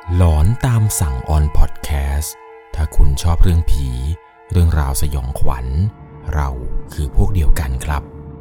หลอนตามสั่งออนพอดแคสต์ถ้าคุณชอบเรื่องผีเรื่องราวสยองขวัญเราคือพวกเดียวกันครับ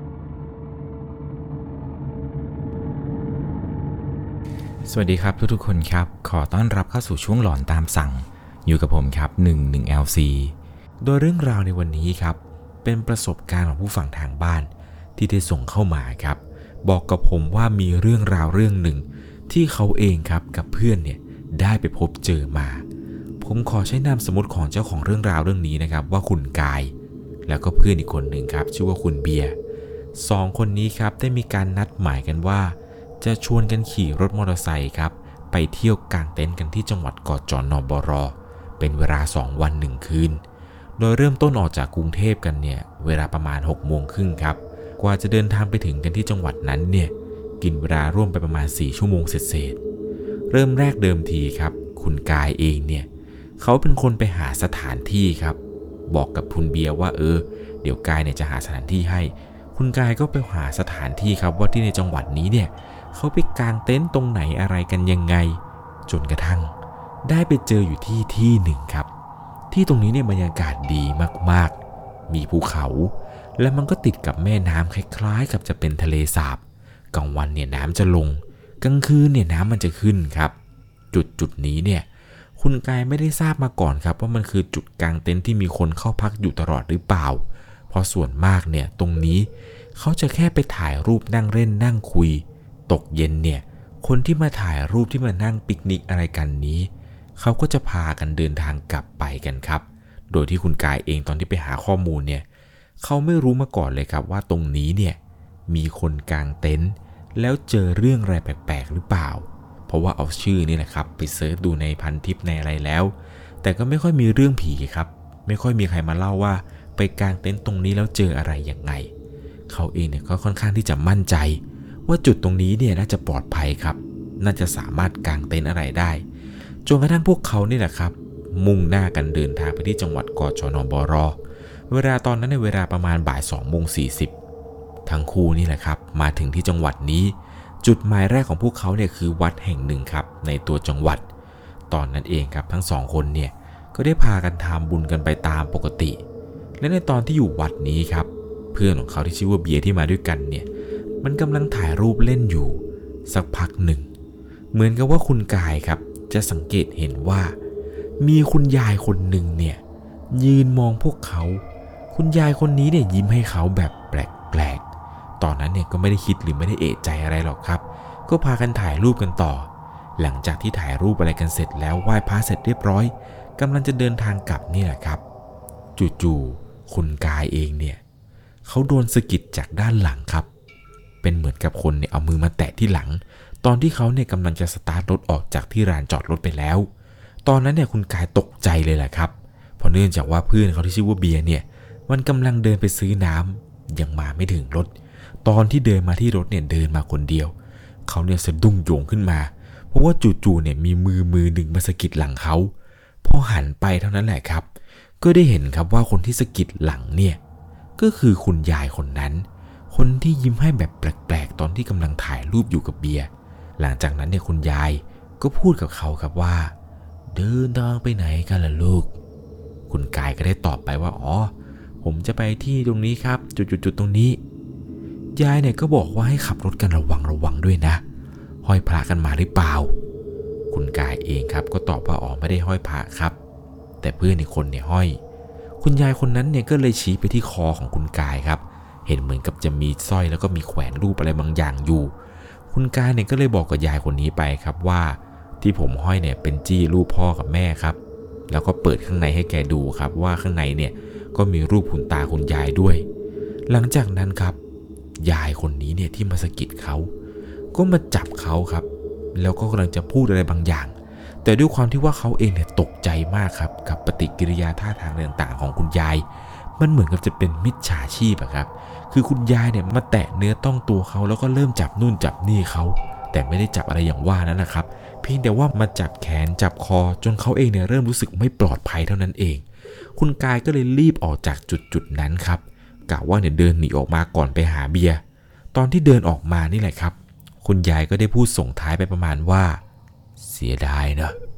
สวัสดีครับทุกๆคนครับขอต้อนรับเข้าสู่ช่วงหลอนตามสั่งอยู่กับผมครับ11LC โดยเรื่องราวในวันนี้ครับเป็นประสบการณ์ของผู้ฟังทางบ้านที่ได้ส่งเข้ามาครับบอกกับผมว่ามีเรื่องราวเรื่องหนึ่งที่เขาเองครับกับเพื่อนเนี่ยได้ไปพบเจอมาผมขอใช้นามสมมติของเจ้าของเรื่องราวเรื่องนี้นะครับว่าคุณกายแล้วก็เพื่อนอีกคนหนึ่งครับชื่อว่าคุณเบียร์สองคนนี้ครับได้มีการนัดหมายกันว่าจะชวนกันขี่รถมอเตอร์ไซค์ครับไปเที่ยวกางเต็นท์กันที่จังหวัดกจนบรเป็นเวลา2 วัน 1 คืนโดยเริ่มต้นออกจากกรุงเทพกันเนี่ยเวลาประมาณ6 โมงครึ่งครับกว่าจะเดินทางไปถึงกันที่จังหวัดนั้นเนี่ยกินเวลาร่วมไปประมาณ4 ชั่วโมงเศษเริ่มแรกเดิมทีครับคุณกายเองเนี่ยเขาเป็นคนไปหาสถานที่ครับบอกกับคุณเบียร์ว่าเดี๋ยวกายเนี่ยจะหาสถานที่ให้คุณกายก็ไปหาสถานที่ครับว่าที่ในจังหวัดนี้เนี่ยเขาไปกางเต็นท์ตรงไหนอะไรกันยังไงจนกระทั่งได้ไปเจออยู่ที่หนึ่งครับที่ตรงนี้เนี่ยบรรยากาศดีมากๆมีภูเขาและมันก็ติดกับแม่น้ำคล้ายๆกับจะเป็นทะเลสาบกลางวันเนี่ยน้ำจะลงกลางคืนเนี่ยน้ำมันจะขึ้นครับจุดนี้เนี่ยคุณกายไม่ได้ทราบมาก่อนครับว่ามันคือจุดกางเต็นท์ที่มีคนเข้าพักอยู่ตลอดหรือเปล่าเพราะส่วนมากเนี่ยตรงนี้เขาจะแค่ไปถ่ายรูปนั่งเล่นนั่งคุยตกเย็นเนี่ยคนที่มาถ่ายรูปที่มานั่งปิกนิกอะไรกันนี้เขาก็จะพากันเดินทางกลับไปกันครับโดยที่คุณกายเองตอนที่ไปหาข้อมูลเนี่ยเขาไม่รู้มาก่อนเลยครับว่าตรงนี้เนี่ยมีคนกางเต็นท์แล้วเจอเรื่องอะไรแปลกๆหรือเปล่าเพราะว่าเอาชื่อนี่แหละครับไปเสิร์ชดูในพันทิปในอะไรแล้วแต่ก็ไม่ค่อยมีเรื่องผีครับไม่ค่อยมีใครมาเล่าว่าไปกางเต็นท์ตรงนี้แล้วเจออะไรยังไงเขาเองเนี่ยก็ค่อนข้างที่จะมั่นใจว่าจุดตรงนี้เนี่ยน่าจะปลอดภัยครับน่าจะสามารถกางเต็นท์อะไรได้จนกระทั่งพวกเขานี่แหละครับมุ่งหน้ากันเดินทางไปที่จังหวัดกจนบรเวลาตอนนั้นในเวลาประมาณบ่าย 2:40 ทั้งคู่นี่แหละครับมาถึงที่จังหวัดนี้จุดหมายแรกของพวกเขาเนี่ยคือวัดแห่งหนึ่งครับในตัวจังหวัดตอนนั้นเองครับทั้ง2 คนเนี่ยก็ได้พากันทำบุญกันไปตามปกติและในตอนที่อยู่วัดนี้ครับเพื่อนของเขาที่ชื่อว่าเบียร์ที่มาด้วยกันเนี่ยมันกำลังถ่ายรูปเล่นอยู่สักพักหนึ่งเหมือนกับว่าคุณกายครับจะสังเกตเห็นว่ามีคุณยายคนหนึ่งเนี่ยยืนมองพวกเขาคุณยายคนนี้เนี่ยยิ้มให้เขาแบบแปลกตอนนั้นเนี่ยก็ไม่ได้คิดหรือไม่ได้เอะใจอะไรหรอกครับก็พากันถ่ายรูปกันต่อหลังจากที่ถ่ายรูปอะไรกันเสร็จแล้วไหว้พระเสร็จเรียบร้อยกำลังจะเดินทางกลับนี่แหละครับจู่ๆคุณกายเองเนี่ยเขาโดนสะกิดจากด้านหลังครับเป็นเหมือนกับคนเนี่ยเอามือมาแตะที่หลังตอนที่เขาเนี่ยกำลังจะสตาร์ทรถออกจากที่ลานจอดรถไปแล้วตอนนั้นเนี่ยคุณกายตกใจเลยแหละครับเพราะเนื่องจากว่าเพื่อนเขาที่ชื่อว่าเบียร์เนี่ยมันกำลังเดินไปซื้อน้ำยังมาไม่ถึงรถตอนที่เดินมาที่รถเนี่ยเดินมาคนเดียวเขาเนี่ยสะดุ้งโยงขึ้นมาเพราะว่าจู่ๆเนี่ยมีมือหนึ่งมาสะกิดหลังเขาพอหันไปเท่านั้นแหละครับก็ได้เห็นครับว่าคนที่สะกิดหลังเนี่ยก็คือคุณยายคนนั้นคนที่ยิ้มให้แบบแปลกๆตอนที่กำลังถ่ายรูปอยู่กับเบียร์หลังจากนั้นเนี่ยคุณยายก็พูดกับเขาครับว่าเดินทางไปไหนกันล่ะลูกคุณกายก็ได้ตอบไปว่าผมจะไปที่ตรงนี้ครับจุดๆตรงนี้ยายเนี่ยก็บอกว่าให้ขับรถกันระวังด้วยนะห้อยพระกันมาหรือเปล่าคุณกายเองครับก็ตอบว่าไม่ได้ห้อยพระครับแต่เพื่อนอีกคนเนี่ยห้อยคุณยายคนนั้นเนี่ยก็เลยชี้ไปที่คอของคุณกายครับเห็นเหมือนกับจะมีสร้อยแล้วก็มีแขวนรูปอะไรบางอย่างอยู่คุณกายเนี่ยก็เลยบอกกับยายคนนี้ไปครับว่าที่ผมห้อยเนี่ยเป็นจี้รูปพ่อกับแม่ครับแล้วก็เปิดข้างในให้แกดูครับว่าข้างในเนี่ยก็มีรูปคุณตาคุณยายด้วยหลังจากนั้นครับยายคนนี้เนี่ยที่มาสะกิดเขาก็มาจับเขาครับแล้วก็กำลังจะพูดอะไรบางอย่างแต่ด้วยความที่ว่าเขาเองเนี่ยตกใจมากครับกับปฏิกิริยาท่าทางต่างๆของคุณยายมันเหมือนกับจะเป็นมิจฉาชีพครับคือคุณยายเนี่ยมาแตะเนื้อต้องตัวเขาแล้วก็เริ่มจับนู่นจับนี่เขาแต่ไม่ได้จับอะไรอย่างว่านั้นนะครับเพียงแต่ว่ามาจับแขนจับคอจนเขาเองเนี่ยเริ่มรู้สึกไม่ปลอดภัยเท่านั้นเองคุณกายก็เลยรีบออกจากจุดนั้นครับกะว่าเนี่ยเดินหนีออกมาก่อนไปหาเบียร์ตอนที่เดินออกมานี่แหละครับคุณยายก็ได้พูดส่งท้ายไปประมาณว่าเสียดายนะ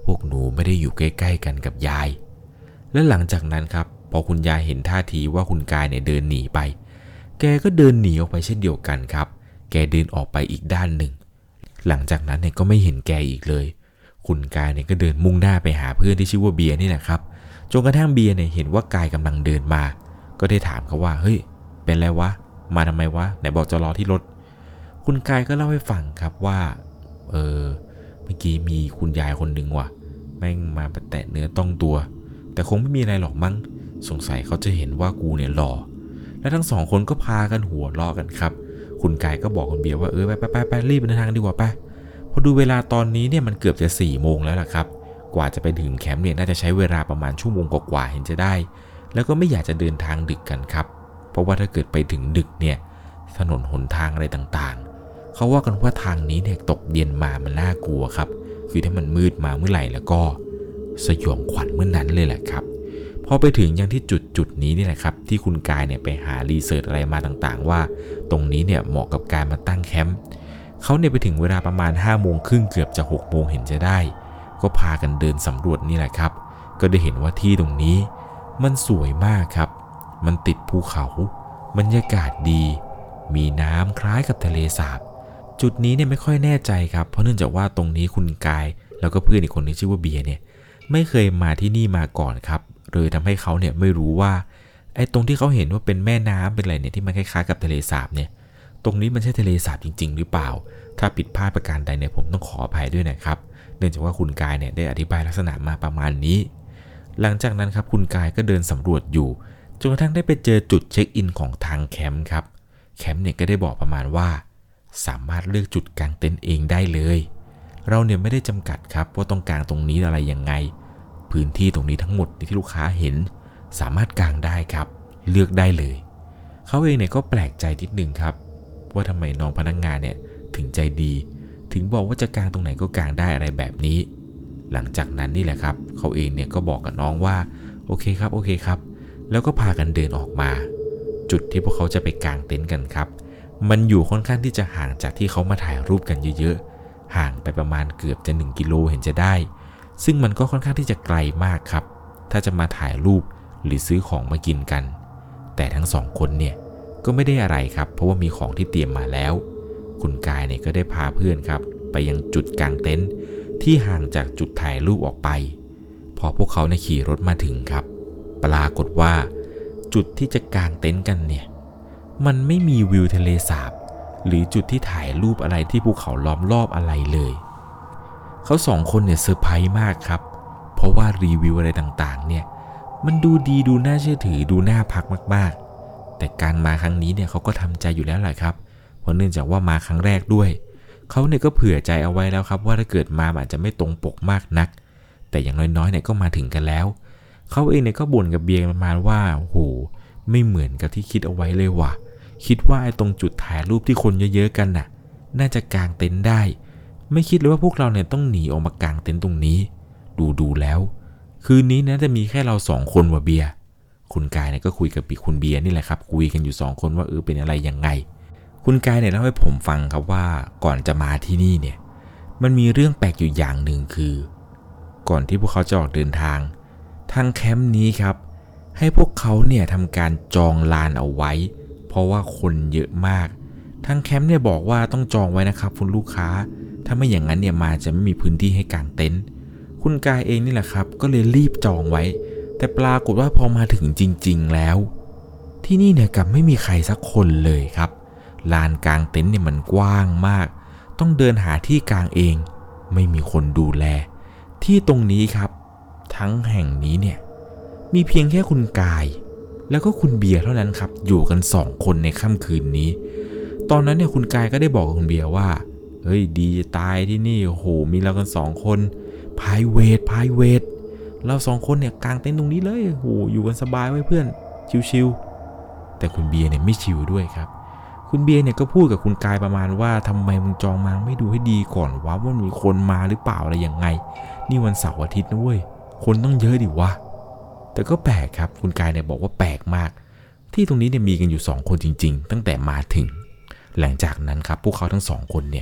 พวกหนูไม่ได้อยู่ใกล้ๆกันกับยายและหลังจากนั้นครับพอคุณยายเห็นท่าทีว่าคุณกายเนี่ยเดินหนีไปแกก็เดินหนีออกไปเช่นเดียวกันครับแกเดินออกไปอีกด้านหนึ่งหลังจากนั้นเนี่ยก็ไม่เห็นแกอีกเลยคุณกายเนี่ยก็เดินมุ่งหน้าไปหาเพื่อนที่ชื่อว่าเบียร์นี่แหละครับจนกระทั่งเบียร์เนี่ยเห็นว่ากายกำลังเดินมาก็ได้ถามเขาว่าเฮ้ยเป็นไรวะมาทำไมวะไหนบอกจะรอที่รถคุณกายก็เล่าให้ฟังครับว่าเมื่อกี้มีคุณยายคนหนึ่งว่ะแม่งมาแตะเนื้อต้องตัวแต่คงไม่มีอะไรหรอกมั้งสงสัยเขาจะเห็นว่ากูเนี่ยหล่อและทั้งสองคนก็พากันหัวเราะกันครับคุณกายก็บอกคุณเบียร์ว่าไปรีบเดินทางดีกว่าไปพอดูเวลาตอนนี้เนี่ยมันเกือบจะ4 โมงแล้วล่ะครับกว่าจะไปถึงแคมป์เนี่ยน่าจะใช้เวลาประมาณชั่วโมงกว่าเห็นจะได้แล้วก็ไม่อยากจะเดินทางดึกกันครับเพราะว่าถ้าเกิดไปถึงดึกเนี่ยถนนหนทางอะไรต่างๆเขาว่ากันว่าทางนี้เนี่ยตกเย็นมามันน่ากลัวครับคือถ้ามันมืดมาเมื่อไหร่แล้วก็สยองขวัญเมื่อนั้นเลยแหละครับพอไปถึงยังที่จุดนี้นี่แหละครับที่คุณกายเนี่ยไปหารีเสิร์ชอะไรมาต่างๆว่าตรงนี้เนี่ยเหมาะกับการมาตั้งแคมป์เขาเนี่ยไปถึงเวลาประมาณ5 โมงครึ่งเกือบจะ6 โมงเห็นจะได้ก็พากันเดินสำรวจนี่แหละครับก็ได้เห็นว่าที่ตรงนี้มันสวยมากครับมันติดภูเขาบรรยากาศดีมีน้ำคล้ายกับทะเลสาบจุดนี้เนี่ยไม่ค่อยแน่ใจครับเพราะเนื่องจากว่าตรงนี้คุณกายแล้วก็เพื่อนอีกคนที่ชื่อว่าเบียร์เนี่ยไม่เคยมาที่นี่มาก่อนครับเลยทำให้เขาเนี่ยไม่รู้ว่าไอ้ตรงที่เขาเห็นว่าเป็นแม่น้ำเป็นอะไรเนี่ยที่มันคล้ายๆกับทะเลสาบเนี่ยตรงนี้มันใช่ทะเลสาบจริงๆหรือเปล่าถ้าผิดพลาดประการใดเนี่ยผมต้องขออภัยด้วยนะครับเนื่องจากว่าคุณกายเนี่ยได้อธิบายลักษณะมาประมาณนี้หลังจากนั้นครับคุณกายก็เดินสำรวจอยู่จนกระทั่งได้ไปเจอจุดเช็คอินของทางแคมป์ครับแคมป์เนี่ยก็ได้บอกประมาณว่าสามารถเลือกจุดกางเต็นท์เองได้เลยเราเนี่ยไม่ได้จำกัดครับว่าต้องกางตรงนี้อะไรยังไงพื้นที่ตรงนี้ทั้งหมดที่ลูกค้าเห็นสามารถกางได้ครับเลือกได้เลยเขาเองเนี่ยก็แปลกใจนิดนึงครับว่าทำไมน้องพนักงานเนี่ยถึงใจดีถึงบอกว่าจะกางตรงไหนก็กางได้อะไรแบบนี้หลังจากนั้นนี่แหละครับเขาเองเนี่ยก็บอกกับน้องว่าโอเคครับแล้วก็พากันเดินออกมาจุดที่พวกเขาจะไปกางเต็นท์กันครับมันอยู่ค่อนข้างที่จะห่างจากที่เขามาถ่ายรูปกันเยอะๆห่างไปประมาณเกือบจะ1 กิโลเห็นจะได้ซึ่งมันก็ค่อนข้างที่จะไกลมากครับถ้าจะมาถ่ายรูปหรือซื้อของมากินกันแต่ทั้งสองคนเนี่ยก็ไม่ได้อะไรครับเพราะว่ามีของที่เตรียมมาแล้วคุณกายเนี่ยก็ได้พาเพื่อนครับไปยังจุดกางเต็นท์ที่ห่างจากจุดถ่ายรูปออกไปพอพวกเขาเนี่ยขี่รถมาถึงครับปรากฏว่าจุดที่จะกางเต็นท์กันเนี่ยมันไม่มีวิวทะเลสาบหรือจุดที่ถ่ายรูปอะไรที่ภูเขาล้อมรอบอะไรเลยเขาสองคนเนี่ยเซอร์ไพรส์มากครับเพราะว่ารีวิวอะไรต่างๆเนี่ยมันดูดีดูน่าเชื่อถือดูน่าพักมากๆแต่การมาครั้งนี้เนี่ยเขาก็ทำใจอยู่แล้วแหละครับเพราะเนื่องจากว่ามาครั้งแรกด้วยเขาเนี่ยก็เผื่อใจเอาไว้แล้วครับว่าถ้าเกิดมาอาจจะไม่ตรงปกมากนักแต่อย่างน้อยๆเนี่ยก็มาถึงกันแล้วเขาเองเนี่ยก็บ่นกับเบียร์ประมาณว่าโอ้โหไม่เหมือนกับที่คิดเอาไว้เลยว่ะคิดว่าไอ้ตรงจุดถ่ายรูปที่คนเยอะๆกันน่ะน่าจะกางเต็นท์ได้ไม่คิดเลยว่าพวกเราเนี่ยต้องหนีออกมากางเต็นท์ตรงนี้ดูแล้วคืนนี้นะจะมีแค่เรา2 คนว่ะเบียร์คุณกายเนี่ยก็คุยกับคุณเบียร์นี่แหละครับคุยกันอยู่2 คนว่าเป็นอะไรยังไงคุณกายเนี่ยเล่าให้ผมฟังครับว่าก่อนจะมาที่นี่เนี่ยมันมีเรื่องแปลกอยู่อย่างหนึ่งคือก่อนที่พวกเขาจะออกเดินทางแคมป์นี้ครับให้พวกเขาเนี่ยทำการจองลานเอาไว้เพราะว่าคนเยอะมากทางแคมป์เนี่ยบอกว่าต้องจองไว้นะครับคุณลูกค้าถ้าไม่อย่างนั้นเนี่ยมาจะไม่มีพื้นที่ให้กางเต็นท์คุณกายเองนี่แหละครับก็เลยรีบจองไว้แต่ปรากฏว่าพอมาถึงจริงๆแล้วที่นี่เนี่ยกลับไม่มีใครสักคนเลยครับลานกางเต็นท์เนี่ยมันกว้างมากต้องเดินหาที่กางเองไม่มีคนดูแลที่ตรงนี้ครับทั้งแห่งนี้เนี่ยมีเพียงแค่คุณกายแล้วก็คุณเบียร์เท่านั้นครับอยู่กัน2 คนในค่ำคืนนี้ตอนนั้นเนี่ยคุณกายก็ได้บอกกับคุณเบียร์ว่าเฮ้ยดีจะตายที่นี่โอ้โหมีเรากัน2 คนพายเวทเรา2 คนเนี่ยกางเต็นท์ตรงนี้เลยโอ้โหอยู่กันสบายไว้เพื่อนชิวๆแต่คุณเบียร์เนี่ยไม่ชิวด้วยครับคุณเบียร์เนี่ยก็พูดกับคุณกายประมาณว่าทำไมมึงจองมาไม่ดูให้ดีก่อนว่ามีคนมาหรือเปล่าอะไรยังไงนี่วันเสาร์อาทิตย์นะเว้ยคนต้องเยอะดิวะแต่ก็แปลกครับคุณกายเนี่ยบอกว่าแปลกมากที่ตรงนี้เนี่ยมีกันอยู่2 คนจริงๆตั้งแต่มาถึงหลังจากนั้นครับพวกเขาทั้ง2 คนเนี่ย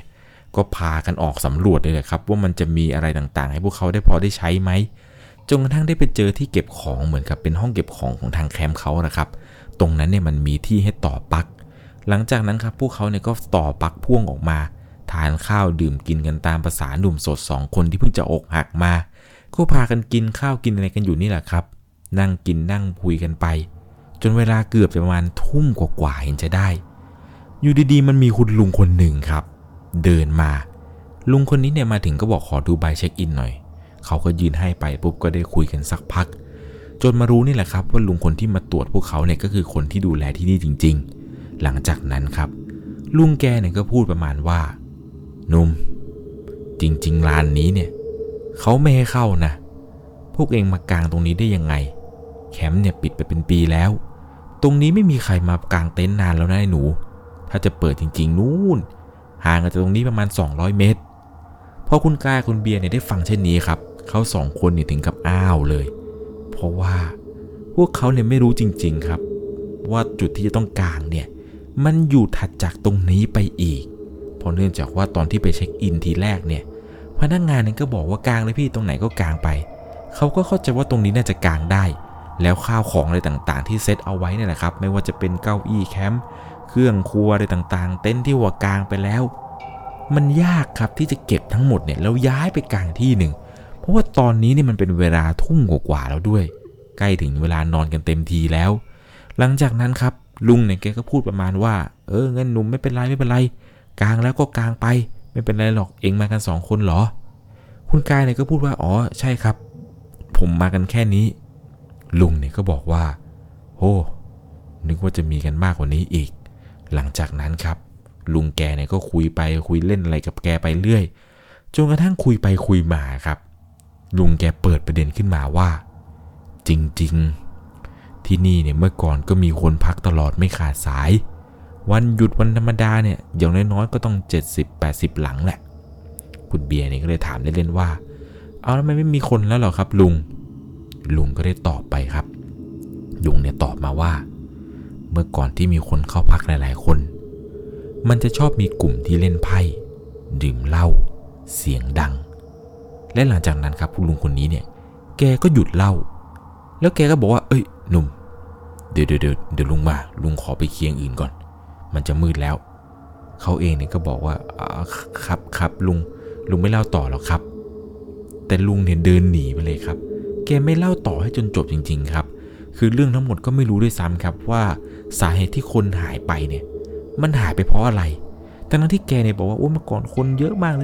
ก็พากันออกสำรวจเลยแหละครับว่ามันจะมีอะไรต่างๆให้พวกเขาได้พอได้ใช้ไหมจนกระทั่งได้ไปเจอที่เก็บของเหมือนกับเป็นห้องเก็บของของทางแคมป์เขานะครับตรงนั้นเนี่ยมันมีที่ให้ต่อปลั๊กหลังจากนั้นครับพวกเขาเนี่ยก็ต่อปลั๊กพ่วงออกมาทานข้าวดื่มกินกันตามภาษาหนุ่มโสด2 คนที่เพิ่งจะอกหักมาก็พากันกินข้าวกินอะไรกันอยู่นี่แหละครับนั่งกินนั่งคุยกันไปจนเวลาเกือบจะประมาณทุ่มกว่าๆเห็นจะได้อยู่ดีๆมันมีคุณลุงคนหนึ่งครับเดินมาลุงคนนี้เนี่ยมาถึงก็บอกขอดูใบเช็คอินหน่อยเขาก็ยืนให้ไปปุ๊บก็ได้คุยกันสักพักจนมารู้นี่แหละครับว่าลุงคนที่มาตรวจพวกเขาเนี่ยก็คือคนที่ดูแลที่นี่จริงๆหลังจากนั้นครับลุงแกเนี่ยก็พูดประมาณว่าหนุ่มจริงๆร้านนี้เนี่ยเขาไม่ให้เข้านะพวกเองมากางตรงนี้ได้ยังไงแคมป์เนี่ยปิดไปเป็นปีแล้วตรงนี้ไม่มีใครมากางเต็นท์นานแล้วนะไอ้หนูถ้าจะเปิดจริงๆนู่นห่างกันจากตรงนี้ประมาณ200 เมตรพอคุณกายคุณเบียร์เนี่ยได้ฟังเช่นนี้ครับเขา2 คนเนี่ยถึงกับอ้าวเลยเพราะว่าพวกเขาเนี่ยไม่รู้จริงๆครับว่าจุดที่จะต้องกางเนี่ยมันอยู่ถัดจากตรงนี้ไปอีกเพราะเนื่องจากว่าตอนที่ไปเช็คอินทีแรกเนี่ยพนักงานเนี่ยก็บอกว่ากางเลยพี่ตรงไหนก็กางไปเขาก็เข้าใจว่าตรงนี้น่าจะกางได้แล้วข้าวของอะไรต่างๆที่เซตเอาไว้เนี่ยแหละครับไม่ว่าจะเป็นเก้าอี้แคมป์เครื่องครัวอะไรต่างๆเต็นท์ที่หัวกางไปแล้วมันยากครับที่จะเก็บทั้งหมดเนี่ยแล้วย้ายไปกางที่หนึ่งเพราะว่าตอนนี้เนี่ยมันเป็นเวลาทุ่มกว่าๆแล้วด้วยใกล้ถึงเวลานอนกันเต็มทีแล้วหลังจากนั้นครับลุงเนี่ยแกก็พูดประมาณว่างั้นหนุ่มไม่เป็นไรกางแล้วก็กางไปไม่เป็นไรหรอกเองมากัน2 คนเหรอคุณกายเนี่ยก็พูดว่าอ๋อใช่ครับผมมากันแค่นี้ลุงเนี่ยก็บอกว่าโอ้นึกว่าจะมีกันมากกว่านี้อีกหลังจากนั้นครับลุงแกเนี่ยก็คุยไปคุยเล่นอะไรกับแกไปเรื่อยจนกระทั่งคุยไปคุยมาครับลุงแกเปิดประเด็นขึ้นมาว่าจริงๆที่นี่เนี่ยเมื่อก่อนก็มีคนพักตลอดไม่ขาดสายวันหยุดวันธรรมดาเนี่ยอย่างน้อยๆก็ต้อง70-80 หลังแหละคุณเบียร์เนี่ยก็เลยถามเล่นๆว่าเอาแล้วไม่มีคนแล้วเหรอครับลุงก็ได้ตอบไปครับลุงเนี่ยตอบมาว่าเมื่อก่อนที่มีคนเข้าพักหลายๆคนมันจะชอบมีกลุ่มที่เล่นไพ่ดื่มเหล้าเสียงดังและหลังจากนั้นครับคุณลุงคนนี้เนี่ยแกก็หยุดเล่าแล้วแกก็บอกว่าหนุ่มเดี๋ยวลุงขอไปเคลียร์อื่นก่อนมันจะมืดแล้วเขาเองเนี่ยก็บอกว่าครับลุงไม่เล่าต่อหรอกครับแต่ลุงเนี่ยเดินหนีไปเลยครับแกไม่เล่าต่อให้จนจบจริงๆครับคือเรื่องทั้งหมดก็ไม่รู้ด้วยซ้ำครับว่าสาเหตุที่คนหายไปเนี่ยมันหายไปเพราะอะไรทั้งที่แกเนี่ยบอกว่าเมื่อก่อนคนเยอะมากเลย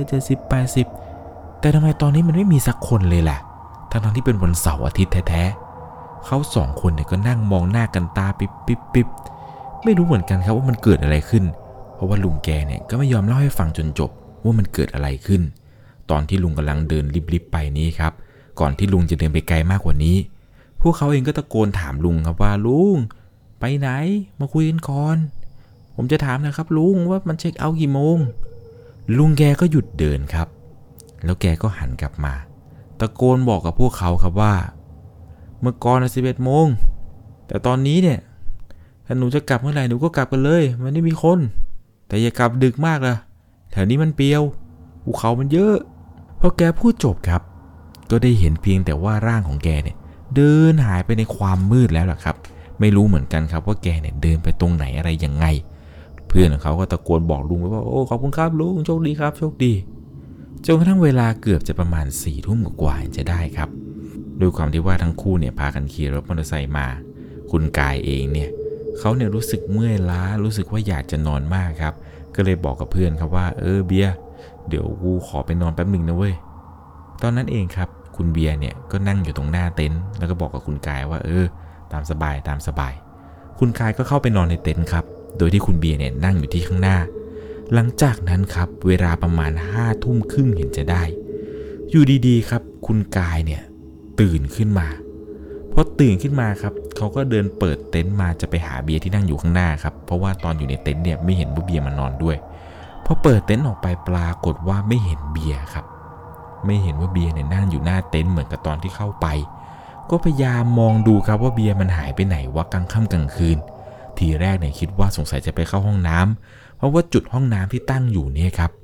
70-80แต่ทำไมตอนนี้มันไม่มีสักคนเลยล่ะทั้งที่เป็นวันเสาร์อาทิตย์แท้ๆเขา2 คนเนี่ยก็นั่งมองหน้ากันตาปิ๊บไม่รู้เหมือนกันครับว่ามันเกิดอะไรขึ้นเพราะว่าลุงแกเนี่ยก็ไม่ยอมเล่าให้ฟังจนจบว่ามันเกิดอะไรขึ้นตอนที่ลุงกำลังเดินลิบๆไปนี้ครับก่อนที่ลุงจะเดินไปไกลมากกว่านี้พวกเขาเองก็ตะโกนถามลุงครับว่าลุงไปไหนมาคุยกันก่อนผมจะถามนะครับลุงว่ามันเช็คเอาท์กี่โมงลุงแกก็หยุดเดินครับแล้วแกก็หันกลับมาตะโกนบอกกับพวกเขาครับว่าเมื่อก่อน11 โมงแต่ตอนนี้เนี่ยถ้าหนูจะกลับเมื่อไหร่หนูก็กลับกันเลยมันไม่มีคนแต่อย่ากลับดึกมากล่ะแถวนี้มันเปลี่ยวภูเขามันเยอะพอแกพูดจบครับก็ได้เห็นเพียงแต่ว่าร่างของแกเนี่ยเดินหายไปในความมืดแล้วล่ะครับไม่รู้เหมือนกันครับว่าแกเนี่ยเดินไปตรงไหนอะไรยังไงเพื่อนของเขาก็ตะโกนบอกลุงว่าโอ้ขอบคุณครับลุงโชคดีครับโชคดีจนกระทั่งเวลาเกือบจะประมาณ4 ทุ่มกว่าจะได้ครับด้วยความที่ว่าทั้งคู่เนี่ยพากันขี่รถมอเตอร์ไซค์มาคุณกายเองเนี่ยเขาเนี่ยรู้สึกเมื่อยล้ารู้สึกว่าอยากจะนอนมากครับก็เลยบอกกับเพื่อนครับว่าเบียร์เดี๋ยวกูขอไปนอนแป๊บหนึ่งนะเว้ยตอนนั้นเองครับคุณเบียร์เนี่ยก็นั่งอยู่ตรงหน้าเต็นท์แล้วก็บอกกับคุณกายว่าตามสบายคุณกายก็เข้าไปนอนในเต็นท์ครับโดยที่คุณเบียร์เนี่ยนั่งอยู่ที่ข้างหน้าหลังจากนั้นครับเวลาประมาณ5 ทุ่มครึ่งเห็นจะได้อยู่ดีๆครับคุณกายเนี่ยตื่นขึ้นมาพอตื่นขึ้นมาครับเขาก็เดินเปิดเต็นท์มาจะไปหาเบียร์ที่นั่งอยู่ข้างหน้าครับเพราะว่าตอนอยู่ในเต็นท์เนี่ยไม่เห็นว่าเบียร์มานอนด้วยพอเปิดเต็นท์ออกไปปรากฏว่าไม่เห็นเบียร์ครับไม่เห็นว่าเบียร์เนี่ยนั่งอยู่หน้าเต็นท์เหมือนกับตอนที่เข้าไปก็พยายามมองดูครับว่าเบียร์มันหายไปไหนวะกลางค่ำกลางคืนทีแรกเนี่ยคิดว่าสงสัยจะไปเข้าห้องน้ำเพราะว่าจุดห้องน้ำที่ตั้งอยู่เนี่ยครับ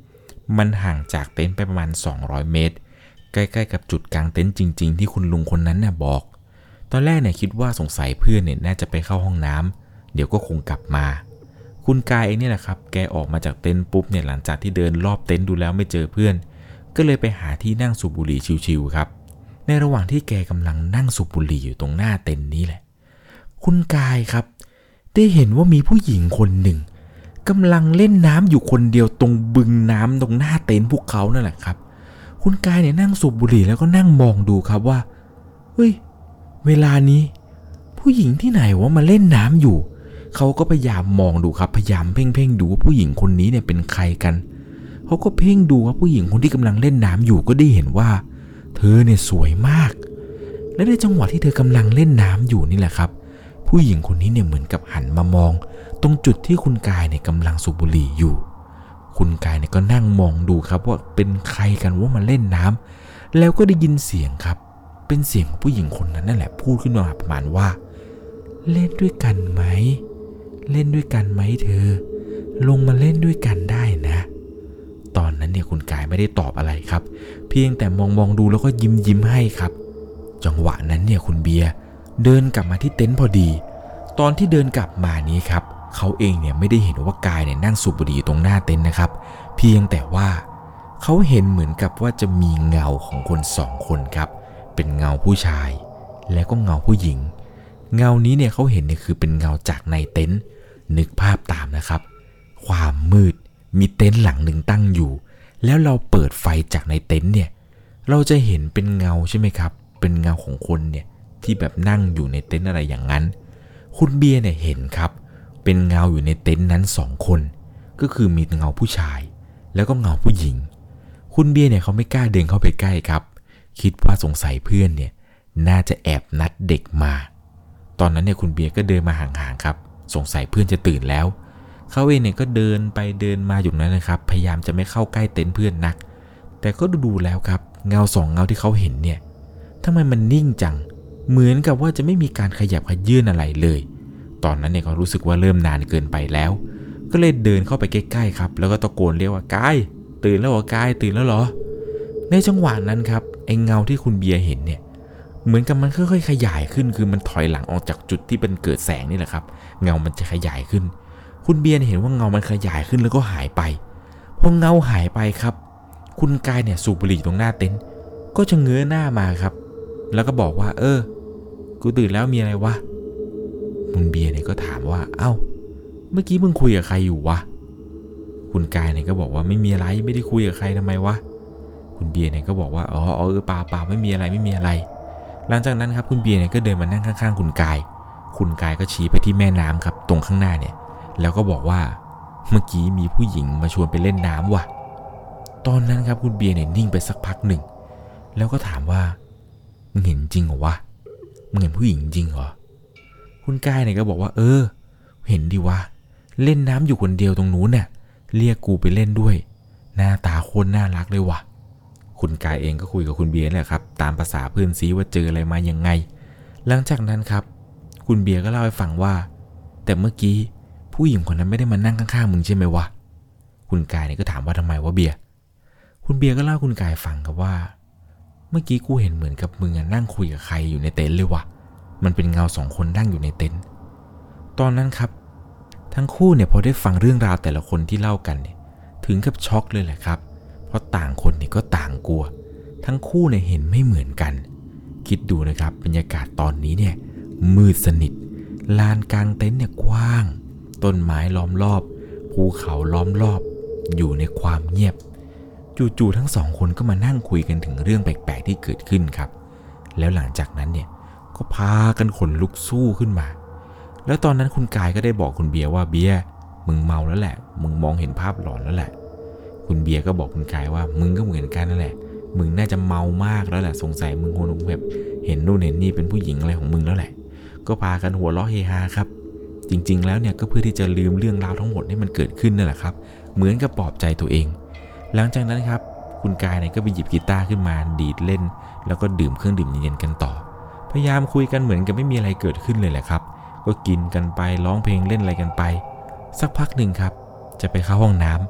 มันห่างจากเต็นท์ไปประมาณ200เมตรใกล้ๆกับจุดกางเต็นท์จริงๆที่คุณลุงคนนั้นน่ะบอกตอนแรกเนี่ยคิดว่าสงสัยเพื่อนเนี่ยน่าจะไปเข้าห้องน้ำเดี๋ยวก็คงกลับมาคุณกายเองเนี่ยแหละครับแกออกมาจากเต็นท์ปุ๊บเนี่ยหลังจากที่เดินรอบเต็นท์ดูแล้วไม่เจอเพื่อนก็เลยไปหาที่นั่งสูบบุหรี่ชิวๆครับในระหว่างที่แกกำลังนั่งสูบบุหรี่อยู่ตรงหน้าเต็นท์นี้แหละคุณกายครับได้เห็นว่ามีผู้หญิงคนหนึ่งกำลังเล่นน้ำอยู่คนเดียวตรงบึงน้ำตรงหน้าเต็นท์พวกเขานั่นแหละครับคุณกายเนี่ยนั่งสูบบุหรี่แล้วก็นั่งมองดูครับว่าเฮ้ยเวลานี้ผู้หญิงที่ไหนวะมาเล่นน้ำอยู่เขาก็พยายามมองดูครับพยายามเพ่งดูว่าผู้หญิงคนนี้เนี่ยเป็นใครกันเขาก็เพ่งดูว่าผู้หญิงคนที่กำลังเล่นน้ำอยู่ก็ได้เห็นว่าเธอเนี่ยสวยมากและในจังหวะที่เธอกำลังเล่นน้ำอยู่นี่แหละครับผู้หญิงคนนี้เนี่ยเหมือนกับหันมามองตรงจุดที่คุณกายเนี่ยกำลังสูบบุหรี่อยู่คุณกายเนี่ยก็นั่งมองดูครับว่าเป็นใครกันว่ามาเล่นน้ำแล้วก็ได้ยินเสียงครับเป็นเสียงของผู้หญิงคนนั้นนั่นแหละพูดขึ้นมาประมาณว่าเล่นด้วยกันไหมเล่นด้วยกันไหมเธอลงมาเล่นด้วยกันได้นะตอนนั้นเนี่ยคุณกายไม่ได้ตอบอะไรครับเพียงแต่มองดูแล้วก็ยิ้มให้ครับจังหวะนั้นเนี่ยคุณเบียร์เดินกลับมาที่เต็นท์พอดีตอนที่เดินกลับมานี้ครับเขาเองเนี่ยไม่ได้เห็นว่ากายเนี่ยนั่งสูบบุหรี่ตรงหน้าเต็นท์นะครับเพียงแต่ว่าเขาเห็นเหมือนกับว่าจะมีเงาของคน2 คนครับเป็นเงาผู้ชายและก็เงาผู้หญิงเงานี้เนี่ยเขาเห็นเนี่ยคือเป็นเงาจากในเต็นท์นึกภาพตามนะครับความมืดมีเต็นท์หลังหนึ่งตั้งอยู่แล้วเราเปิดไฟจากในเต็นท์เนี่ยเราจะเห็นเป็นเงาใช่ไหมครับเป็นเงาของคนเนี่ยที่แบบนั่งอยู่ในเต็นท์อะไรอย่างนั้นคุณเบียร์เนี่ยเห็นครับเป็นเงาอยู่ในเต็นท์นั้น2 คนก็คือมีเงาผู้ชายแล้วก็เงาผู้หญิงคุณเบียร์เนี่ยเขาไม่กล้าเดินเข้าไปใกล้ครับคิดว่าสงสัยเพื่อนเนี่ยน่าจะแอบนัดเด็กมาตอนนั้นเนี่ยคุณเบียร์ก็เดินมาห่างๆครับสงสัยเพื่อนจะตื่นแล้วเขาเองเนี่ยก็เดินไปเดินมาอยู่นั้นนะครับพยายามจะไม่เข้าใกล้เต็นท์เพื่อนนักแต่ก็ดูแล้วครับเงา2 เงาที่เขาเห็นเนี่ยทำไมมันนิ่งจังเหมือนกับว่าจะไม่มีการขยับขยื่นอะไรเลยตอนนั้นเนี่ยเขารู้สึกว่าเริ่มนานเกินไปแล้วก็เลยเดินเข้าไปใกล้ๆครับแล้วก็ตะโกนเรียกว่ากายตื่นแล้วเหรอกายตื่นแล้วเหรอในจังหวะนั้นครับไอ้เงาที่คุณเบียร์เห็นเนี่ยเหมือนกับมันค่อยๆขยายขึ้นคือมันถอยหลังออกจากจุดที่เป็นเกิดแสงนี่แหละครับเงามันจะขยายขึ้นคุณเบียร์เห็นว่าเงามันขยายขึ้นแล้วก็หายไปพอเงาหายไปครับคุณกายเนี่ยสูบบุหรี่ตรงหน้าเต็นท์ก็จะเงยหน้ามาครับแล้วก็บอกว่ากูตื่นแล้วมีอะไรวะคุณเบียร์เนี่ยก็ถามว่าเอ้าเมื่อกี้มึงคุยกับใครอยู่วะคุณกายเนี่ยก็บอกว่าไม่มีอะไรไม่ได้คุยกับใครทำไมวะคุณเบียร์เนี่ยก็บอกว่าเปล่าไม่มีอะไรหลังจากนั้นครับคุณเบียร์เนี่ยก็เดินมานั่งข้างๆคุณกายก็ชี้ไปที่แม่น้ำครับตรงข้างหน้าเนี่ยแล้วก็บอกว่าเมื่อกี้มีผู้หญิงมาชวนไปเล่นน้ำว่ะตอนนั้นครับคุณเบียร์เนี่ยนิ่งไปสักพักหนึ่งแล้วก็ถามว่ามึงเห็นจริงเหรอวะมึงเห็นผู้หญิงจริงเหรอคุณกายเนี่ยก็บอกว่าเห็นดิวะเล่นน้ำอยู่คนเดียวตรงนู้นน่ะเรียกกูไปเล่นด้วยหน้าตาโคตรน่ารักเลยวะคุณกายเองก็คุยกับคุณเบียร์แหละครับตามภาษาเพื่อนซีว่าเจออะไรมายังไงหลังจากนั้นครับคุณเบียร์ก็เล่าให้ฟังว่าแต่เมื่อกี้ผู้หญิงคนนั้นไม่ได้มานั่งข้างๆมึงใช่ไหมวะคุณกายเนี่ยก็ถามว่าทำไมวะเบียร์คุณเบียร์ก็เล่าคุณกายฟังครับว่าเมื่อกี้กูเห็นเหมือนกับมึงนั่งคุยกับใครอยู่ในเต็นท์เลยวะมันเป็นเงา2 คนนั่งอยู่ในเต็นท์ตอนนั้นครับทั้งคู่เนี่ยพอได้ฟังเรื่องราวแต่ละคนที่เล่ากันเนี่ยถึงกับช็อกเลยแหละครับเพราะต่างคนเนี่ยก็ต่างกลัวทั้งคู่เนี่ยเห็นไม่เหมือนกันคิดดูนะครับบรรยากาศตอนนี้เนี่ยมืดสนิทลานกลางเต็นท์เนี่ยกว้างต้นไม้ล้อมรอบภูเขาล้อมรอบอยู่ในความเงียบจู่ๆทั้ง2 คนก็มานั่งคุยกันถึงเรื่องแปลกๆที่เกิดขึ้นครับแล้วหลังจากนั้นเนี่ยก็พากันขนลุกสู้ขึ้นมาแล้วตอนนั้นคุณกายก็ได้บอกคุณเบียร์ว่าเบียร์มึงเมาแล้วแหละมึงมองเห็นภาพหลอนแล้วแหละคุณเบียร์ก็บอกคุณกายว่ามึงก็เหมือนกันนั่นแหละมึงน่าจะเมามากแล้วแหละสงสัยมึงคงแบบเห็นนู่นเห็นนี่เป็นผู้หญิงอะไรของมึงแล้วแหละก็พากันหัวเราะเฮฮาครับจริงๆแล้วเนี่ยก็เพื่อที่จะลืมเรื่องราวทั้งหมดที่มันเกิดขึ้นนั่นแหละครับเหมือนกับปลอบใจตัวเองหลังจากนั้นครับคุณกายเนี่ยก็ไปหยิบกีตาร์ขึ้นมาดีดเล่นแล้วก็ดื่มเครื่องดื่มเย็นๆกันต่อพยายามคุยกันเหมือนกับไม่มีอะไรเกิดขึ้นเลยแหละครับก็กินกันไปร้องเพลงเล่นอะไรกันไปสักพักหนึ่งครับจะไปเข้าห้องน้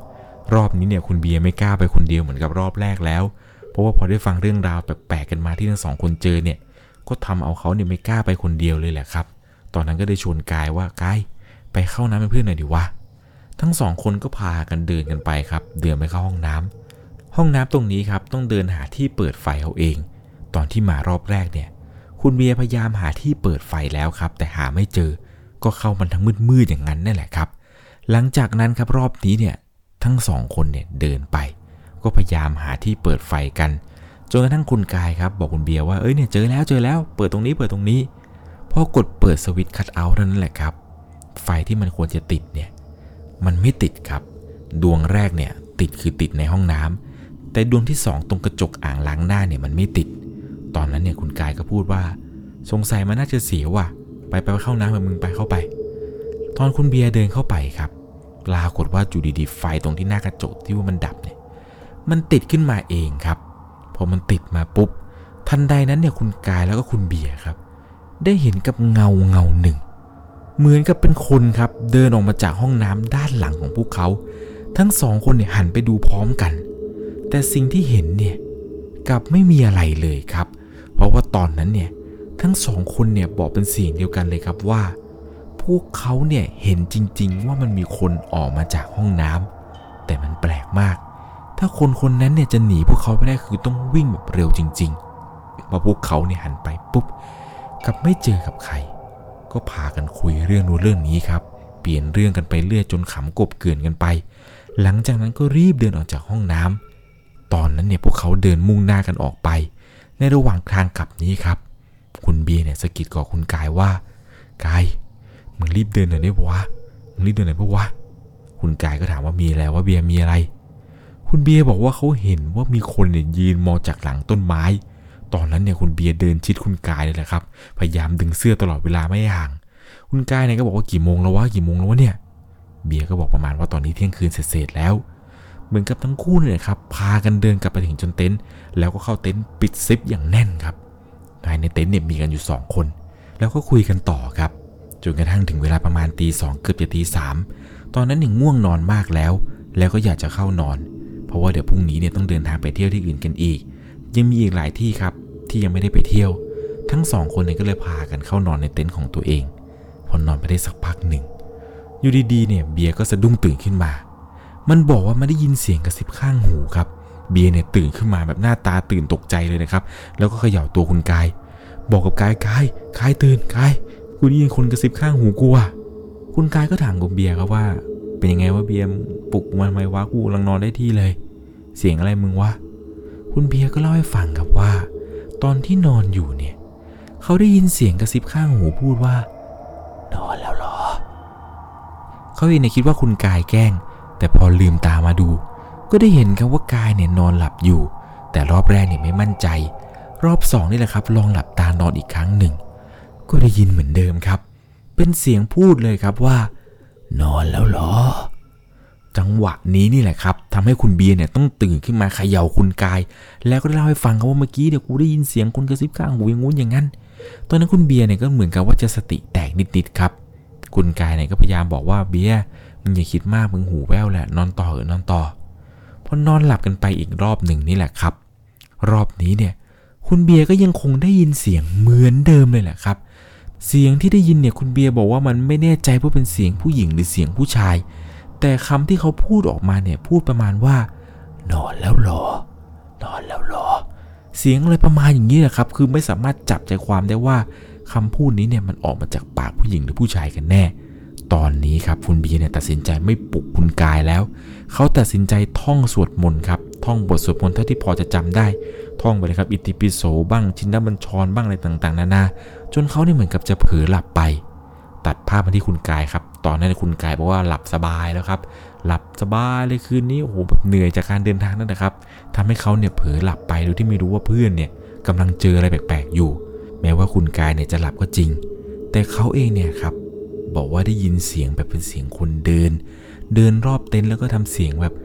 รอบนี้เนี่ยคุณเบียร์ไม่กล้าไปคนเดียวเหมือนกับรอบแรกแล้วเพราะว่าพอได้ฟังเรื่องราวแปลกๆกันมาที่ทั้งสองคนเจอเนี่ยก็ทำเอาเขาเนี่ยไม่กล้าไปคนเดียวเลยแหละครับตอนนั้นก็ได้ชวนกายว่ากายไปเข้าน้ำเป็นเพื่อนหน่อยดิวะทั้งสองคนก็พากันเดินกันไปครับเดินไปเข้าห้องน้ำตรงนี้ครับต้องเดินหาที่เปิดไฟเอาเองตอนที่มารอบแรกเนี่ยคุณเบียร์พยายามหาที่เปิดไฟแล้วครับแต่หาไม่เจอก็เข้ามันทั้งมืดๆอย่างนั้นนั่นแหละครับหลังจากนั้นครับรอบนี้เนี่ยทั้งสองคนเนี่ยเดินไปก็พยายามหาที่เปิดไฟกันจนกระทั่งคุณกายครับบอกคุณเบียร์ว่าเนี่ยเจอแล้วเปิดตรงนี้พอกดเปิดสวิตช์คัทเอาท์นั่นแหละครับไฟที่มันควรจะติดเนี่ยมันไม่ติดครับดวงแรกเนี่ยติดในห้องน้ำแต่ดวงที่2ตรงกระจกอ่างล้างหน้าเนี่ยมันไม่ติดตอนนั้นเนี่ยคุณกายก็พูดว่าสงสัยมันน่าจะเสียว่ะไปเข้าน้ำมึงไปเข้าไปตอนคุณเบียร์เดินเข้าไปครับปรากฏว่าอยู่ดีๆไฟตรงที่หน้ากระจกที่ว่ามันดับเนี่ยมันติดขึ้นมาเองครับพอมันติดมาปุ๊บทันใดนั้นเนี่ยคุณกายแล้วก็คุณเบียร์ครับได้เห็นกับเงาหนึ่งเหมือนกับเป็นคนครับเดินออกมาจากห้องน้ำด้านหลังของพวกเขาทั้งสองคนเนี่ยหันไปดูพร้อมกันแต่สิ่งที่เห็นเนี่ยกลับไม่มีอะไรเลยครับเพราะว่าตอนนั้นเนี่ยทั้งสองคนเนี่ยบอกเป็นเสียงเดียวกันเลยครับว่าพวกเขาเนี่ยเห็นจริงๆว่ามันมีคนออกมาจากห้องน้ำแต่มันแปลกมากถ้าคนนั้นเนี่ยจะหนีพวกเขาไปได้คือต้องวิ่งแบบเร็วจริงๆพอพวกเขาเนี่ยหันไปปุ๊บกลับไม่เจอกับใครก็พากันคุยเรื่องนู้นเรื่องนี้ครับเปลี่ยนเรื่องกันไปเรื่อยจนขำกบเกลื่อนกันไปหลังจากนั้นก็รีบเดินออกจากห้องน้ำตอนนั้นเนี่ยพวกเขาเดินมุ่งหน้ากันออกไปในระหว่างทางกลับนี้ครับคุณเบียร์เนี่ยสะกิดกับคุณกายว่ากายมึงรีบเดินหน่อยได้ปะวะคุณกายก็ถามว่ามีอะไรว่าเบียร์มีอะไรคุณเบียร์บอกว่าเขาเห็นว่ามีคนเนี่ยยืนมองจากหลังต้นไม้ตอนนั้นเนี่ยคุณเบียร์เดินชิดคุณกายเลยแหละครับพยายามดึงเสื้อตลอดเวลาไม่ห่างคุณกายเนี่ยก็บอกว่ากี่โมงแล้ววะเนี่ยเบียร์ก็บอกประมาณว่าตอนนี้เที่ยงคืนเสร็จแล้วเหมือนกับทั้งคู่เนี่ยครับพากันเดินกลับไปถึงจนเต็นท์แล้วก็เข้าเต็นท์ปิดซิปอย่างแน่นครับภายในเต็นท์เนี่ยมีกันอยู่2คนแล้วก็คุยกันต่อครับจนกระทั่งถึงเวลาประมาณตี 2เกือบจะตี 3ตอนนั้นเนี่ยง่วงนอนมากแล้วก็อยากจะเข้านอนเพราะว่าเดี๋ยวพรุ่งนี้เนี่ยต้องเดินทางไปเที่ยวที่อื่นกันอีกยังมีอีกหลายที่ครับที่ยังไม่ได้ไปเที่ยวทั้ง2คนเนี่ยก็เลยพากันเข้านอนในเต็นท์ของตัวเองพอนอนไปได้สักพักหนึ่งอยู่ดีๆเนี่ยเบียร์ก็สะดุ้งตื่นขึ้นมามันบอกว่าไม่ได้ยินเสียงกระซิบข้างหูครับเบียร์เนี่ยตื่นขึ้นมาแบบหน้าตาตื่นตกใจเลยนะครับแล้วก็เขย่าตัวคุณกายบอกกับกายตื่นกายกูได้ยินคนกระซิบข้างหูกูอ่ะคุณกายก็ถามกับเบียร์ครับว่าเป็นยังไงวะเบียร์ปลุกมันไหมวะกูกำลังนอนได้ที่เลยเสียงอะไรมึงวะคุณเบียร์ก็เล่าให้ฟังครับว่าตอนที่นอนอยู่เนี่ยเขาได้ยินเสียงกระซิบข้างหูพูดว่านอนแล้วหรอเขาเองเนี่ยคิดว่าคุณกายแกล้งแต่พอลืมตามาดูก็ได้เห็นครับว่ากายเนี่ยนอนหลับอยู่แต่รอบแรกเนี่ยไม่มั่นใจรอบ2นี่แหละครับลองหลับตานอนอีกครั้งหนึ่งก็ได้ยินเหมือนเดิมครับเป็นเสียงพูดเลยครับว่านอนแล้วหรอจังหวะนี้นี่แหละครับทำให้คุณเบียร์เนี่ยต้องตื่นขึ้นมาเขย่าคุณกายแล้วก็ได้เล่าให้ฟังครับว่าเมื่อกี้เดี๋ยวกูได้ยินเสียงคนกระซิบข้างหูอย่างงู้นอย่างนั้นตอนนั้นคุณเบียร์เนี่ยก็เหมือนกับว่าจะสติแตกนิดๆครับคุณกายเนี่ยก็พยายามบอกว่าเบียร์มึงอย่าคิดมากมึงหูแว่วแหละนอนต่อพอนอนหลับกันไปอีกรอบหนึ่งนี่แหละครับรอบนี้เนี่ยคุณเบียร์ก็ยังคงได้ยินเสียงเหมือนเดิมเลยแหละครับเสียงที่ได้ยินเนี่ยคุณเบียร์บอกว่ามันไม่แน่ใจว่าเป็นเสียงผู้หญิงหรือเสียงผู้ชายแต่คำที่เขาพูดออกมาเนี่ยพูดประมาณว่านอนแล้วหรอเสียงอะไรประมาณอย่างนี้แหละครับคือไม่สามารถจับใจความได้ว่าคำพูดนี้เนี่ยมันออกมาจากปากผู้หญิงหรือผู้ชายกันแน่ตอนนี้ครับคุณเบียร์เนี่ยตัดสินใจไม่ปลุกคุณกายแล้วเขาตัดสินใจท่องสวดมนต์ครับท่องบทสวดมนต์เท่าที่พอจะจำได้ท่องไปเลยครับอิติปิโสบ้างชินบัญชรบ้างอะไรต่างๆนานาจนเขาเนี่ยเหมือนกับจะเผลอหลับไปตัดภาพมาที่คุณกายครับตอนนั้นคุณกายบอกว่าหลับสบายแล้วครับหลับสบายเลยคืนนี้โอ้โหแบบเหนื่อยจากการเดินทางนั่นนะครับทำให้เขาเนี่ยเผลอหลับไปโดยที่ไม่รู้ว่าเพื่อนเนี่ยกำลังเจออะไรแปลกๆอยู่แม้ว่าคุณกายเนี่ยจะหลับก็จริงแต่เขาเองเนี่ยครับบอกว่าได้ยินเสียงแบบเป็นเสียงคนเดินรอบเต็นท์แล้วก็ทำเสียงแบบ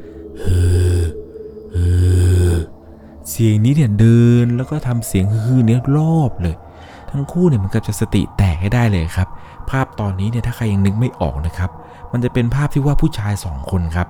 เสียงนี้เนี่ยเดินแล้วก็ทำเสียงเนี่ยรอบเลยทั้งคู่เนี่ยมันกับจะสติแตกให้ได้เลยครับภาพตอนนี้เนี่ยถ้าใครยังนึกไม่ออกนะครับมันจะเป็นภาพที่ว่าผู้ชาย2คนครับ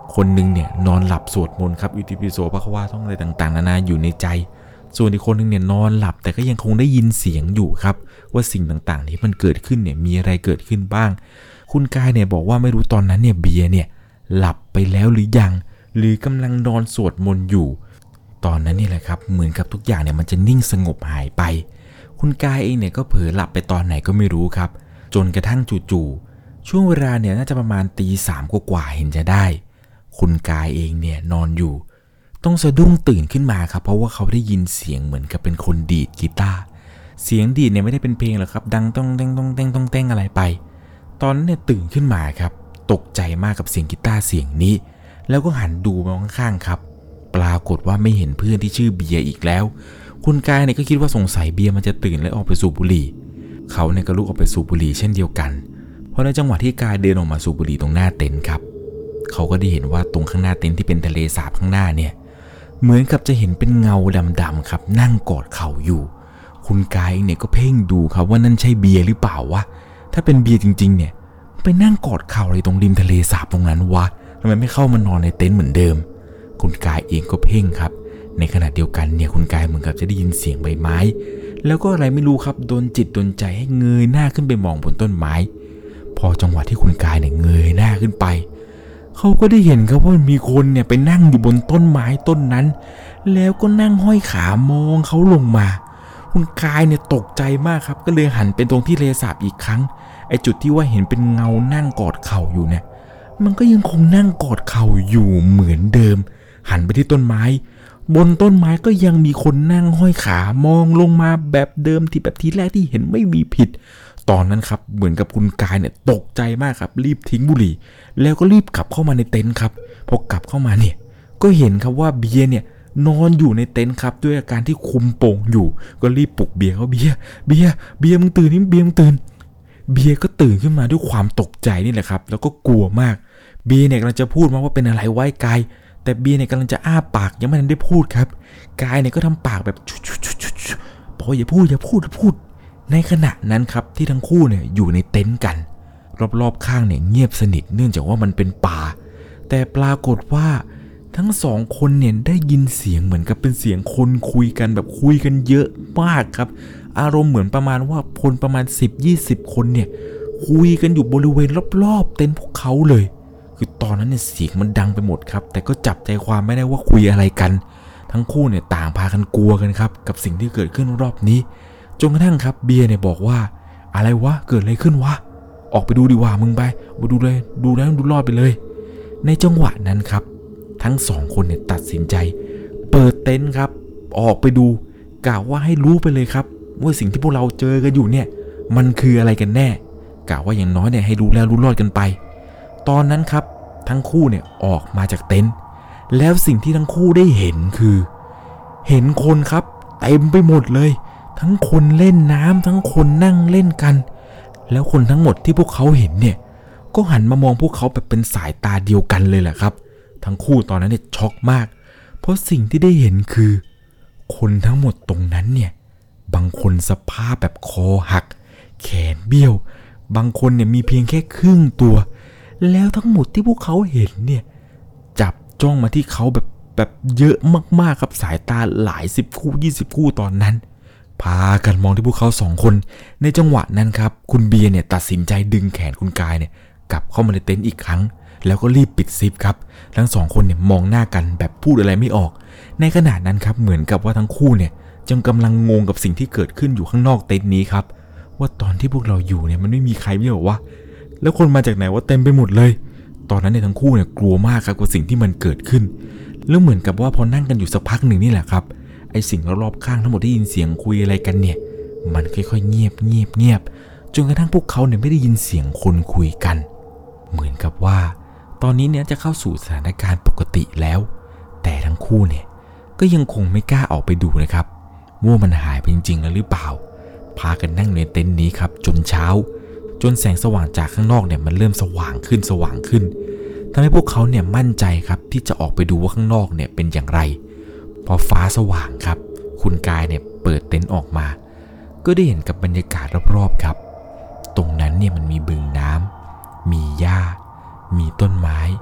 คนนึงเนี่ยนอนหลับสวดมนต์ครับอิติปิโสภควาท่องอะไรต่างๆนานาอยู่ในใจส่วนอีกคนนึงเนี่ยนอนหลับแต่ก็ยังคงได้ยินเสียงอยู่ครับว่าสิ่งต่างๆที่มันเกิดขึ้นเนี่ยมีอะไรเกิดขึ้นบ้างคุณกายเนี่ยบอกว่าไม่รู้ตอนนั้นเนี่ยเบียร์เนี่ยหลับไปแล้วหรือยังหรือกำลังนอนสวดมนต์อยู่ตอนนั้นนี่แหละครับเหมือนกับทุกอย่างเนี่ยมันจะนิ่งสงบหายไปคุณกายเองเนี่ยก็เผลอหลับไปตอนไหนก็ไม่รู้ครับจนกระทั่งจู่ๆช่วงเวลาเนี่ยน่าจะประมาณตี 3กว่าเห็นจะได้คุณกายเองเนี่ยนอนอยู่ต้องสะดุ้งตื่นขึ้นมาครับเพราะว่าเขาได้ยินเสียงเหมือนกับเป็นคนดีดกีตาร์เสียงดีดเนี่ยไม่ได้เป็นเพลงหรอกครับดังต้องเต้งต้องเต้งต้องเต้งอะไรไปตอนนั้นเนี่ยตื่นขึ้นมาครับตกใจมากกับเสียงกีตาร์เสียงนี้แล้วก็หันดูมองข้างๆครับปรากฏว่าไม่เห็นเพื่อนที่ชื่อเบียร์อีกแล้วคุณกายเนี่ยก็คิดว่าสงสัยเบียร์มันจะตื่นและออกไปสูบบุหรี่เขาเนี่ยก็ลุกออกไปสูบบุหรี่เช่นเดียวกันเพราะในจังหวะที่กายเดินออกมาสูบบุหรี่ตรงหน้าเต็นท์ครับเขาก็ได้เห็นว่าตรงข้างหน้าเต็นท์ที่เป็นทะเลสาบข้างหน้าเนี่ยเหมือนกับจะเห็นเป็นเงาดำๆครับนั่งกอดเข่าอยู่คุณกายเนี่ยก็เพ่งดูครับว่านั่นใช่เบียร์หรือเปล่าวะถ้าเป็นเบียร์จริงๆเนี่ยไปนั่งกอดเข่าอะไรตรงริมทะเลสาบตรงนั้นวะทำไมไม่เข้ามานอนในเต็นท์เหมือนเดิมคุณกายเองก็เพ่งครับในขณะเดียวกันเนี่ยคุณกายเหมือนกับจะได้ยินเสียงใบไม้แล้วก็อะไรไม่รู้ครับโดนจิตโดนใจให้เงยหน้าขึ้นไปมองบนต้นไม้พอจังหวะที่คุณกายเนี่ยเงยหน้าขึ้นไปเขาก็ได้เห็นครับว่ามีคนเนี่ยไปนั่งอยู่บนต้นไม้ต้นนั้นแล้วก็นั่งห้อยขามองเขาลงมาคุณกายเนี่ยตกใจมากครับก็เลยหันไปตรงที่ทะเลสาบอีกครั้งไอ้จุดที่ว่าเห็นเป็นเงานั่งกอดเข่าอยู่เนี่ยมันก็ยังคงนั่งกอดเข่าอยู่เหมือนเดิมหันไปที่ต้นไม้บนต้นไม้ก็ยังมีคนนั่งห้อยขามองลงมาแบบเดิมที่แบบทีแรกที่เห็นไม่มีผิดตอนนั้นครับเหมือนกับคุณกายเนี่ยตกใจมากครับรีบทิ้งบุหรี่แล้วก็รีบกลับเข้ามาในเต็นท์ครับพอกลับเข้ามาเนี่ยก็เห็นครับว่าเบียร์เนี่ยนอนอยู่ในเต็นท์ครับด้วยอาการที่คุมโป่งอยู่ก็รีบปลุกเบียร์เขาเบียร์มึงตื่นนี่เบียร์มึงตื่นเบียร์ก็ตื่นขึ้นมาด้วยความตกใจนี่แหละครับแล้วก็กลัวมากเบียร์เนี่ยกำลังจะพูดมาว่าเป็นอะไรไว้กายแต่เบียร์เนี่ยกำลังจะอ้าปากยังไม่ทันได้พูดครับกายเนี่ยก็ทำปากแบบบอกอย่าพูดในขณะนั้นครับที่ทั้งคู่เนี่ยอยู่ในเต็นท์กันรอบๆข้างเนี่ยเงียบสนิทเนื่องจากว่ามันเป็นป่าแต่ปรากฏว่าทั้งสองคนเนี่ยได้ยินเสียงเหมือนกับเป็นเสียงคนคุยกันแบบคุยกันเยอะมากครับอารมณ์เหมือนประมาณว่าคนประมาณ 10-20 คนเนี่ยคุยกันอยู่บริเวณรอบๆเต็นท์พวกเขาเลยคือตอนนั้นเนี่ยเสียงมันดังไปหมดครับแต่ก็จับใจความไม่ได้ว่าคุยอะไรกันทั้งคู่เนี่ยต่างพากันกลัวกันครับกับสิ่งที่เกิดขึ้นรอบนี้จนกระทั่งครับเบียร์เนี่ยบอกว่าอะไรวะเกิดอะไรขึ้นวะออกไปดูดีกว่ามึงไปดูเลยดูแล้วดูรอดไปเลยในจังหวะนั้นครับทั้งสองคนเนี่ยตัดสินใจเปิดเต็นท์ครับออกไปดูกะว่าให้รู้ไปเลยครับว่าสิ่งที่พวกเราเจอกันอยู่เนี่ยมันคืออะไรกันแน่กะว่าอย่างน้อยเนี่ยให้รู้แล้วรู้รอดกันไปตอนนั้นครับทั้งคู่เนี่ยออกมาจากเต็นท์แล้วสิ่งที่ทั้งคู่ได้เห็นคือเห็นคนครับเต็มไปหมดเลยทั้งคนเล่นน้ำทั้งคนนั่งเล่นกันแล้วคนทั้งหมดที่พวกเขาเห็นเนี่ยก็หันมามองพวกเขาแบบเป็นสายตาเดียวกันเลยแหละครับทั้งคู่ตอนนั้นเนี่ยช็อกมากเพราะสิ่งที่ได้เห็นคือคนทั้งหมดตรงนั้นเนี่ยบางคนสภาพแบบคอหักแขนเบี้ยวบางคนเนี่ยมีเพียงแค่ครึ่งตัวแล้วทั้งหมดที่พวกเขาเห็นเนี่ยจับจ้องมาที่เขาแบบเยอะมากๆครับสายตาหลาย10คู่20คู่ตอนนั้นพากันมองที่พวกเขา2คนในจังหวะนั้นครับคุณเบียร์เนี่ยตัดสินใจดึงแขนคุณกายเนี่ยกลับเข้ามาในเต็นท์อีกครั้งแล้วก็รีบปิดซิปครับทั้ง2คนเนี่ยมองหน้ากันแบบพูดอะไรไม่ออกในขณะนั้นครับเหมือนกับว่าทั้งคู่เนี่ยจึงกำลังงงกับสิ่งที่เกิดขึ้นอยู่ข้างนอกเต็นท์นี้ครับว่าตอนที่พวกเราอยู่เนี่ยมันไม่มีใครไม่ใช่หรอวะแล้วคนมาจากไหนว่าเต็มไปหมดเลยตอนนั้นเนี่ยทั้งคู่เนี่ยกลัวมากครับกับสิ่งที่มันเกิดขึ้นแล้วเหมือนกับว่าพอนั่งกันอยู่สักพักหนึ่งนี่แหละครับไอ้สิ่งรอบๆข้างทั้งหมดที่ยินเสียงคุยอะไรกันเนี่ยมันค่อยๆเงียบจนกระทั่งพวกเขาเนี่ยไม่ได้ยินเสียงคนคุยกันเหมือนกับว่าตอนนี้เนี่ยจะเข้าสู่สถานการณ์ปกติแล้วแต่ทั้งคู่เนี่ยก็ยังคงไม่กล้าออกไปดูนะครับว่ามันหายไปจริงๆแล้วหรือเปล่าพากันนั่งในเต็นท์นี้ครับจนเช้าจนแสงสว่างจากข้างนอกเนี่ยมันเริ่มสว่างขึ้นทำให้พวกเขาเนี่ยมั่นใจครับที่จะออกไปดูว่าข้างนอกเนี่ยเป็นอย่างไรพอฟ้าสว่างครับคุณกายเนี่ยเปิดเต็นท์ออกมาก็ได้เห็นกับบรรยากาศรอบๆครับตรงนั้นเนี่ยมันมีบึงน้ำมีหญ้ามีต้นไม้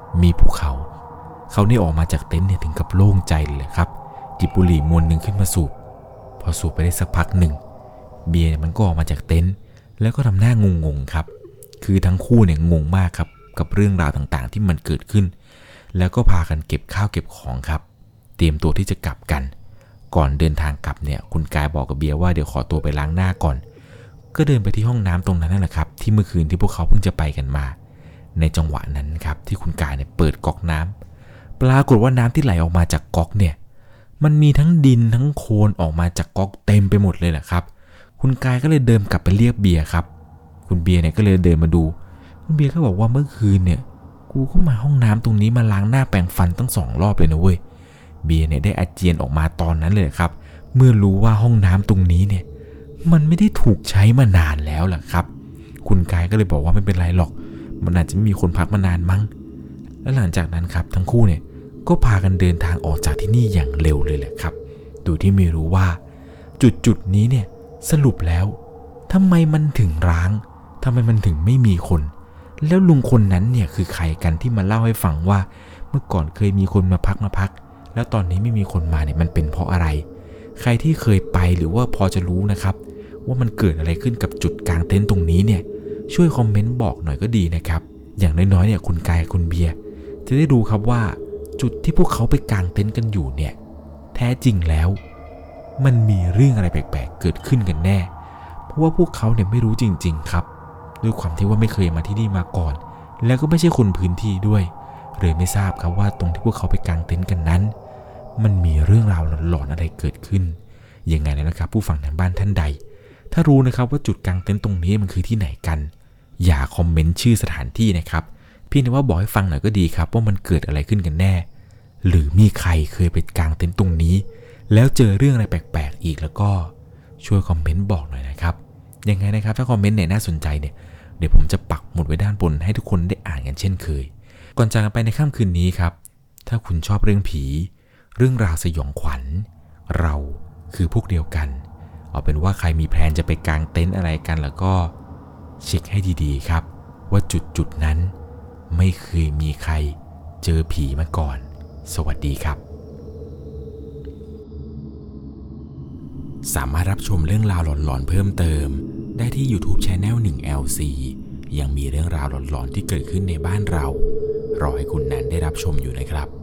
มีภูเขาเนี่ยออกมาจากเต็นท์เนี่ยถึงกับโล่งใจเลยครับจิบบุหรี่มวนหนึ่งขึ้นมาสูบพอสูบไปได้สักพักหนึ่งเบียร์มันก็ออกมาจากเต็นท์แล้วก็ทำหน้างงๆครับคือทั้งคู่เนี่ยงงมากครับกับเรื่องราวต่างๆที่มันเกิดขึ้นแล้วก็พากันเก็บข้าวเก็บของครับเตรียมตัวที่จะกลับกันก่อนเดินทางกลับเนี่ยคุณกายบอกกับเบียร์ว่าเดี๋ยวขอตัวไปล้างหน้าก่อนก็เดินไปที่ห้องน้ำตรงนั้นนั่นแหละครับที่เมื่อคืนที่พวกเขาเพิ่งจะไปกันมาในจังหวะนั้นครับที่คุณกายเนี่ยเปิดก๊อกน้ำปรากฏว่าน้ำที่ไหลออกมาจากก๊อกเนี่ยมันมีทั้งดินทั้งโคลนออกมาจากก๊อกเต็มไปหมดเลยแหละครับคุณกายก็เลยเดินกลับไปเรียกเบียร์ครับคุณเบียร์เนี่ยก็เลยเดินมาดูคุณเบียร์ก็บอกว่าเมื่อคืนเนี่ยกูก็มาห้องน้ำตรงนี้มาล้างหน้าแปรงฟันตั้ง2 รอบเลยนะเว้ยเบียร์เนี่ยได้อาเจียนออกมาตอนนั้นเลยครับเมื่อรู้ว่าห้องน้ำตรงนี้เนี่ยมันไม่ได้ถูกใช้มานานแล้วล่ะครับคุณกายก็เลยบอกว่าไม่เป็นไรหรอกมันอาจจะไม่มีคนพักมานานมั้งและหลังจากนั้นครับทั้งคู่เนี่ยก็พากันเดินทางออกจากที่นี่อย่างเร็วเลยแหละครับโดยที่ไม่รู้ว่าจุดนี้เนี่ยสรุปแล้วทำไมมันถึงร้างทำไมมันถึงไม่มีคนแล้วลุงคนนั้นเนี่ยคือใครกันที่มาเล่าให้ฟังว่าเมื่อก่อนเคยมีคนมาพักแล้วตอนนี้ไม่มีคนมาเนี่ยมันเป็นเพราะอะไรใครที่เคยไปหรือว่าพอจะรู้นะครับว่ามันเกิดอะไรขึ้นกับจุดกลางเต็นท์ตรงนี้เนี่ยช่วยคอมเมนต์บอกหน่อยก็ดีนะครับอย่างน้อยๆเนี่ยคุณกายคุณเบียร์จะได้รู้ครับว่าจุดที่พวกเขาไปกางเต็นท์กันอยู่เนี่ยแท้จริงแล้วมันมีเรื่องอะไรแปลกๆเกิดขึ้นกันแน่เพราะว่าพวกเขาเนี่ยไม่รู้จริงๆครับด้วยความที่ว่าไม่เคยมาที่นี่มาก่อนแล้วก็ไม่ใช่คนพื้นที่ด้วยเลยไม่ทราบครับว่าตรงที่พวกเขาไปกางเต็นท์กันนั้นมันมีเรื่องราวหลอนๆอะไรเกิดขึ้นยังไงแล้วนะครับผู้ฟังทางบ้านท่านใดถ้ารู้นะครับว่าจุดกางเต็นท์ตรงนี้มันคือที่ไหนกันอย่าคอมเมนต์ชื่อสถานที่นะครับเพียงแต่ว่าบอกให้ฟังหน่อยก็ดีครับว่ามันเกิดอะไรขึ้นกันแน่หรือมีใครเคยไปกางเต็นท์ตรงนี้แล้วเจอเรื่องอะไรแปลกๆอีกแล้วก็ช่วยคอมเมนต์บอกหน่อยนะครับยังไงนะครับถ้าคอมเมนต์ไหนน่าสนใจเนี่ยเดี๋ยวผมจะปักหมุดไว้ด้านบนให้ทุกคนได้อ่านกันเช่นเคยก่อนจากกันไปในค่ำคืนนี้ครับถ้าคุณชอบเรื่องผีเรื่องราวสยองขวัญเราคือพวกเดียวกันเอาเป็นว่าใครมีแพลนจะไปกางเต็นท์อะไรกันแล้วก็เช็คให้ดีๆครับว่าจุดนั้นไม่เคยมีใครเจอผีมาก่อนสวัสดีครับสามารถรับชมเรื่องราวหลอนๆเพิ่มเติมได้ที่ YouTube Channel 1LC ยังมีเรื่องราวหลอนๆที่เกิดขึ้นในบ้านเรารอให้คุณนั้นได้รับชมอยู่นะครับ